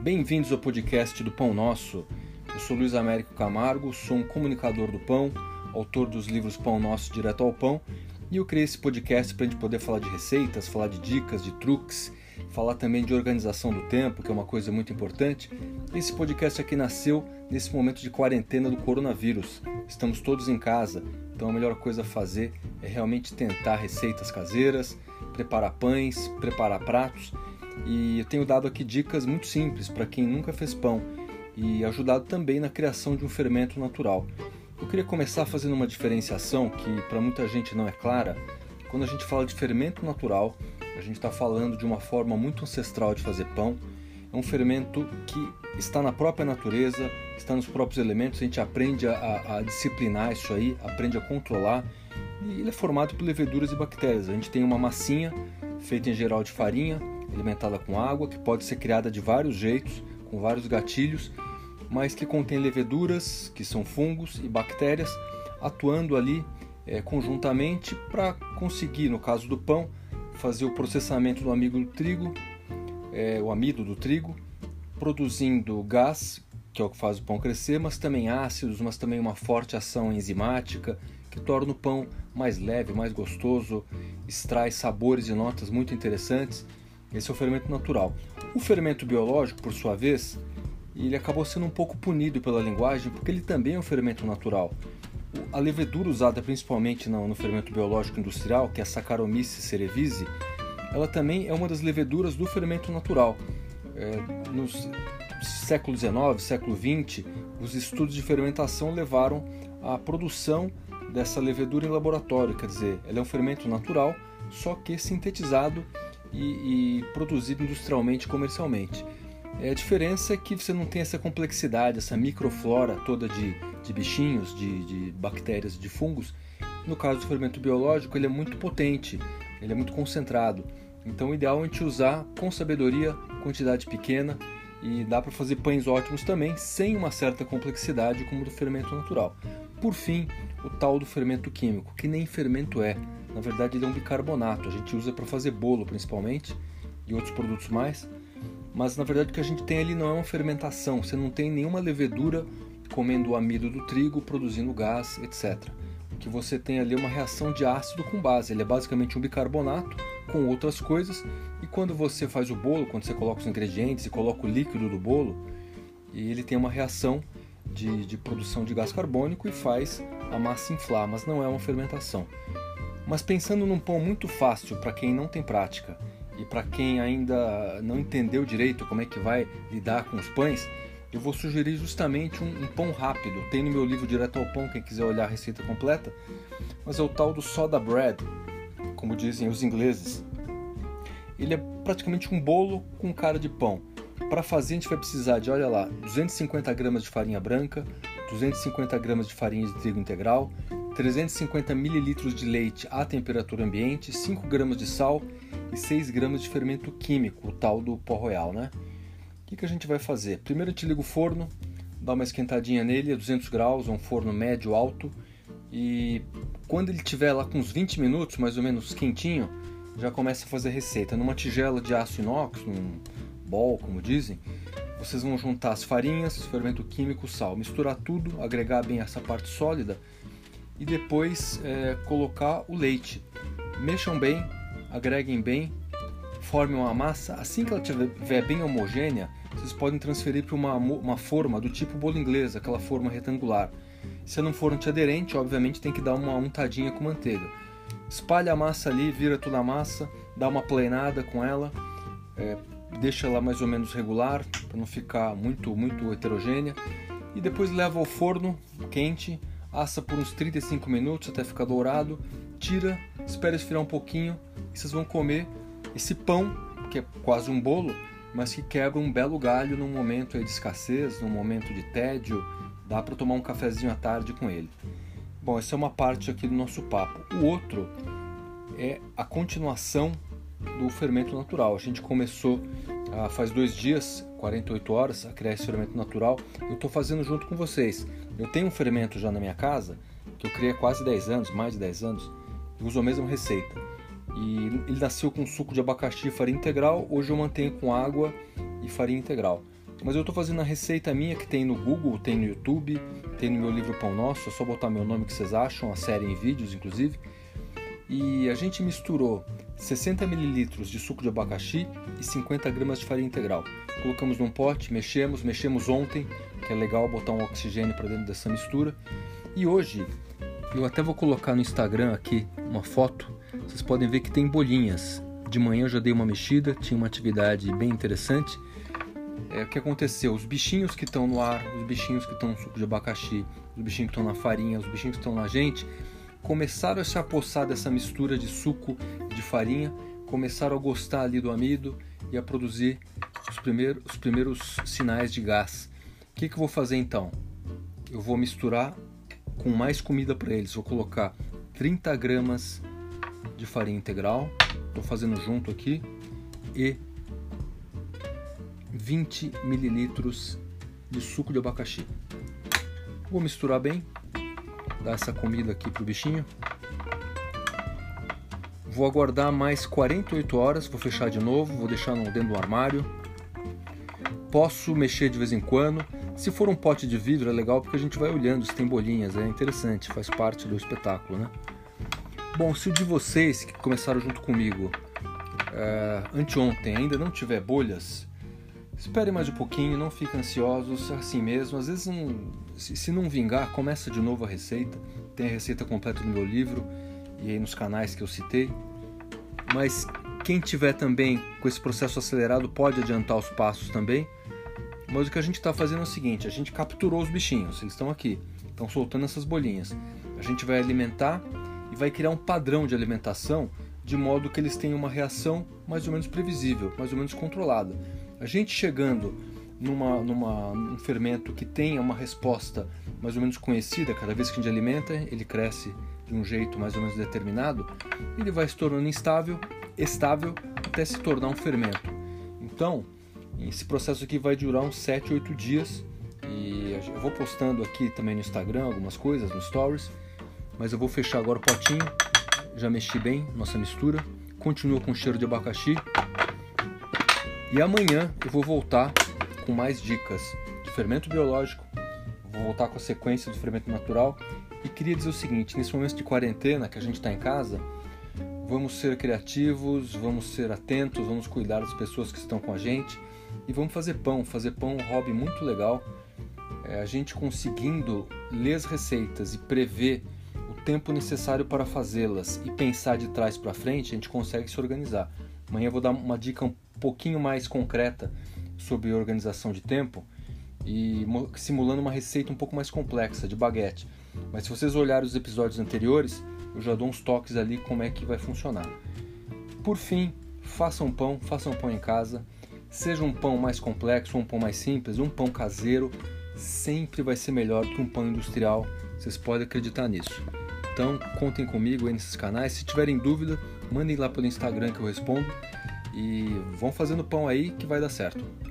Bem-vindos ao podcast do Pão Nosso. Eu sou Luiz Américo Camargo, sou um comunicador do pão, autor dos livros Pão Nosso Direto ao Pão, e eu criei esse podcast para a gente poder falar de receitas, falar de dicas, de truques, falar também de organização do tempo, que é uma coisa muito importante. Esse podcast aqui nasceu nesse momento de quarentena do coronavírus. Estamos todos em casa, então a melhor coisa a fazer é realmente tentar receitas caseiras, preparar pães, preparar pratos. E eu tenho dado aqui dicas muito simples para quem nunca fez pão e ajudado também na criação de um fermento natural. Eu queria começar fazendo uma diferenciação que para muita gente não é clara. Quando a gente fala de fermento natural, a gente está falando de uma forma muito ancestral de fazer pão. É um fermento que está na própria natureza, está nos próprios elementos, a gente aprende a disciplinar isso aí, aprende a controlar. E ele é formado por leveduras e bactérias. A gente tem uma massinha feita em geral de farinha, alimentada com água, que pode ser criada de vários jeitos, com vários gatilhos, mas que contém leveduras, que são fungos e bactérias, atuando ali conjuntamente para conseguir, no caso do pão, fazer o processamento do amido do trigo, produzindo gás, que é o que faz o pão crescer, mas também ácidos, mas também uma forte ação enzimática, que torna o pão mais leve, mais gostoso, extrai sabores e notas muito interessantes. Esse é o fermento natural. O fermento biológico, por sua vez, ele acabou sendo um pouco punido pela linguagem, porque ele também é um fermento natural. A levedura usada principalmente no fermento biológico industrial, que é a Saccharomyces cerevisiae, ela também é uma das leveduras do fermento natural. No século XIX, século XX, os estudos de fermentação levaram à produção dessa levedura em laboratório, quer dizer, ela é um fermento natural, só que sintetizado e produzido industrialmente, comercialmente. A diferença é que você não tem essa complexidade, essa microflora toda de bichinhos, de bactérias, de fungos. No caso do fermento biológico, ele é muito potente, ele é muito concentrado. Então o ideal é a gente usar com sabedoria, quantidade pequena, e dá para fazer pães ótimos também, sem uma certa complexidade como o do fermento natural. Por fim, o tal do fermento químico, que nem fermento é. Na verdade, ele é um bicarbonato. A gente usa para fazer bolo, principalmente, e outros produtos mais. Mas, na verdade, o que a gente tem ali não é uma fermentação. Você não tem nenhuma levedura comendo o amido do trigo, produzindo gás, etc. O que você tem ali é uma reação de ácido com base. Ele é basicamente um bicarbonato com outras coisas. E quando você faz o bolo, quando você coloca os ingredientes e coloca o líquido do bolo, ele tem uma reação de produção de gás carbônico e faz a massa inflar, mas não é uma fermentação. Mas pensando num pão muito fácil para quem não tem prática e para quem ainda não entendeu direito como é que vai lidar com os pães, eu vou sugerir justamente um pão rápido. Tem no meu livro Direto ao Pão, quem quiser olhar a receita completa, mas é o tal do soda bread, como dizem os ingleses. Ele é praticamente um bolo com cara de pão. Para fazer a gente vai precisar de, 250 gramas de farinha branca, 250 gramas de farinha de trigo integral, 350 ml de leite à temperatura ambiente, 5 gramas de sal e 6 gramas de fermento químico, o tal do pó royal, né? O que a gente vai fazer? Primeiro a gente liga o forno, dá uma esquentadinha nele a 200 graus, um forno médio alto, e quando ele estiver lá com uns 20 minutos, mais ou menos quentinho, já começa a fazer a receita. Numa tigela de aço inox, num bowl, como dizem, vocês vão juntar as farinhas, fermento químico, sal, misturar tudo, agregar bem essa parte sólida e depois colocar o leite. Mexam bem, agreguem bem, formem uma massa. Assim que ela estiver bem homogênea, vocês podem transferir para uma forma do tipo bolo inglês, aquela forma retangular. Se não for antiaderente, obviamente tem que dar uma untadinha com manteiga. Espalha a massa ali, vira toda a massa, dá uma planada com ela, deixa ela mais ou menos regular, para não ficar muito heterogênea, e depois leva ao forno quente, assa por uns 35 minutos até ficar dourado, tira, espera esfriar um pouquinho e vocês vão comer esse pão, que é quase um bolo, mas que quebra um belo galho num momento de escassez, num momento de tédio, dá para tomar um cafezinho à tarde com ele. Bom, essa é uma parte aqui do nosso papo. O outro é a continuação do fermento natural. A gente começou faz 2 dias, 48 horas, a criar esse fermento natural. Eu estou fazendo junto com vocês. Eu tenho um fermento já na minha casa, que eu criei há quase 10 anos, mais de 10 anos, e uso a mesma receita. E ele nasceu com suco de abacaxi e farinha integral, hoje eu mantenho com água e farinha integral. Mas eu estou fazendo a receita minha que tem no Google, tem no YouTube, tem no meu livro Pão Nosso, é só botar meu nome que vocês acham, a série em vídeos inclusive. E a gente misturou 60 ml de suco de abacaxi e 50 gramas de farinha integral. Colocamos num pote, mexemos ontem, que é legal botar um oxigênio para dentro dessa mistura. E hoje, eu até vou colocar no Instagram aqui uma foto, vocês podem ver que tem bolinhas. De manhã eu já dei uma mexida, tinha uma atividade bem interessante. O que aconteceu? Os bichinhos que estão no ar, os bichinhos que estão no suco de abacaxi, os bichinhos que estão na farinha, os bichinhos que estão na gente, começaram a se apossar dessa mistura de suco e de farinha, começaram a gostar ali do amido e a produzir os primeiros sinais de gás. O que eu vou fazer então? Eu vou misturar com mais comida para eles. Vou colocar 30 gramas de farinha integral, estou fazendo junto aqui, e 20 mililitros de suco de abacaxi. Vou misturar bem, dar essa comida aqui pro bichinho. Vou aguardar mais 48 horas, vou fechar de novo, vou deixar dentro do armário. Posso mexer de vez em quando. Se for um pote de vidro é legal porque a gente vai olhando se tem bolinhas, é interessante, faz parte do espetáculo, né? Bom, se o de vocês que começaram junto comigo anteontem ainda não tiver bolhas, espere mais um pouquinho, não fiquem ansiosos, é assim mesmo. Às vezes, se não vingar, começa de novo a receita. Tem a receita completa no meu livro e aí nos canais que eu citei. Mas quem tiver também com esse processo acelerado pode adiantar os passos também. Mas o que a gente está fazendo é o seguinte, a gente capturou os bichinhos, eles estão aqui, estão soltando essas bolinhas. A gente vai alimentar e vai criar um padrão de alimentação de modo que eles tenham uma reação mais ou menos previsível, mais ou menos controlada. A gente chegando num fermento que tenha uma resposta mais ou menos conhecida, cada vez que a gente alimenta, ele cresce de um jeito mais ou menos determinado, ele vai se tornando estável até se tornar um fermento. Então, esse processo aqui vai durar uns 7, 8 dias, e eu vou postando aqui também no Instagram algumas coisas, no Stories, mas eu vou fechar agora o potinho, já mexi bem nossa mistura, continua com cheiro de abacaxi. E amanhã eu vou voltar com mais dicas de fermento biológico, vou voltar com a sequência do fermento natural. E queria dizer o seguinte, nesse momento de quarentena que a gente está em casa, vamos ser criativos, vamos ser atentos, vamos cuidar das pessoas que estão com a gente e vamos fazer pão. Fazer pão é um hobby muito legal. A gente conseguindo ler as receitas e prever o tempo necessário para fazê-las e pensar de trás para frente, a gente consegue se organizar. Amanhã eu vou dar uma dica um pouquinho mais concreta sobre organização de tempo e simulando uma receita um pouco mais complexa de baguete. Mas se vocês olharem os episódios anteriores, eu já dou uns toques ali como é que vai funcionar. Por fim, façam pão em casa. Seja um pão mais complexo ou um pão mais simples, um pão caseiro sempre vai ser melhor que um pão industrial. Vocês podem acreditar nisso. Então, contem comigo aí nesses canais. Se tiverem dúvida, mandem lá pelo Instagram que eu respondo. E vão fazendo pão aí que vai dar certo.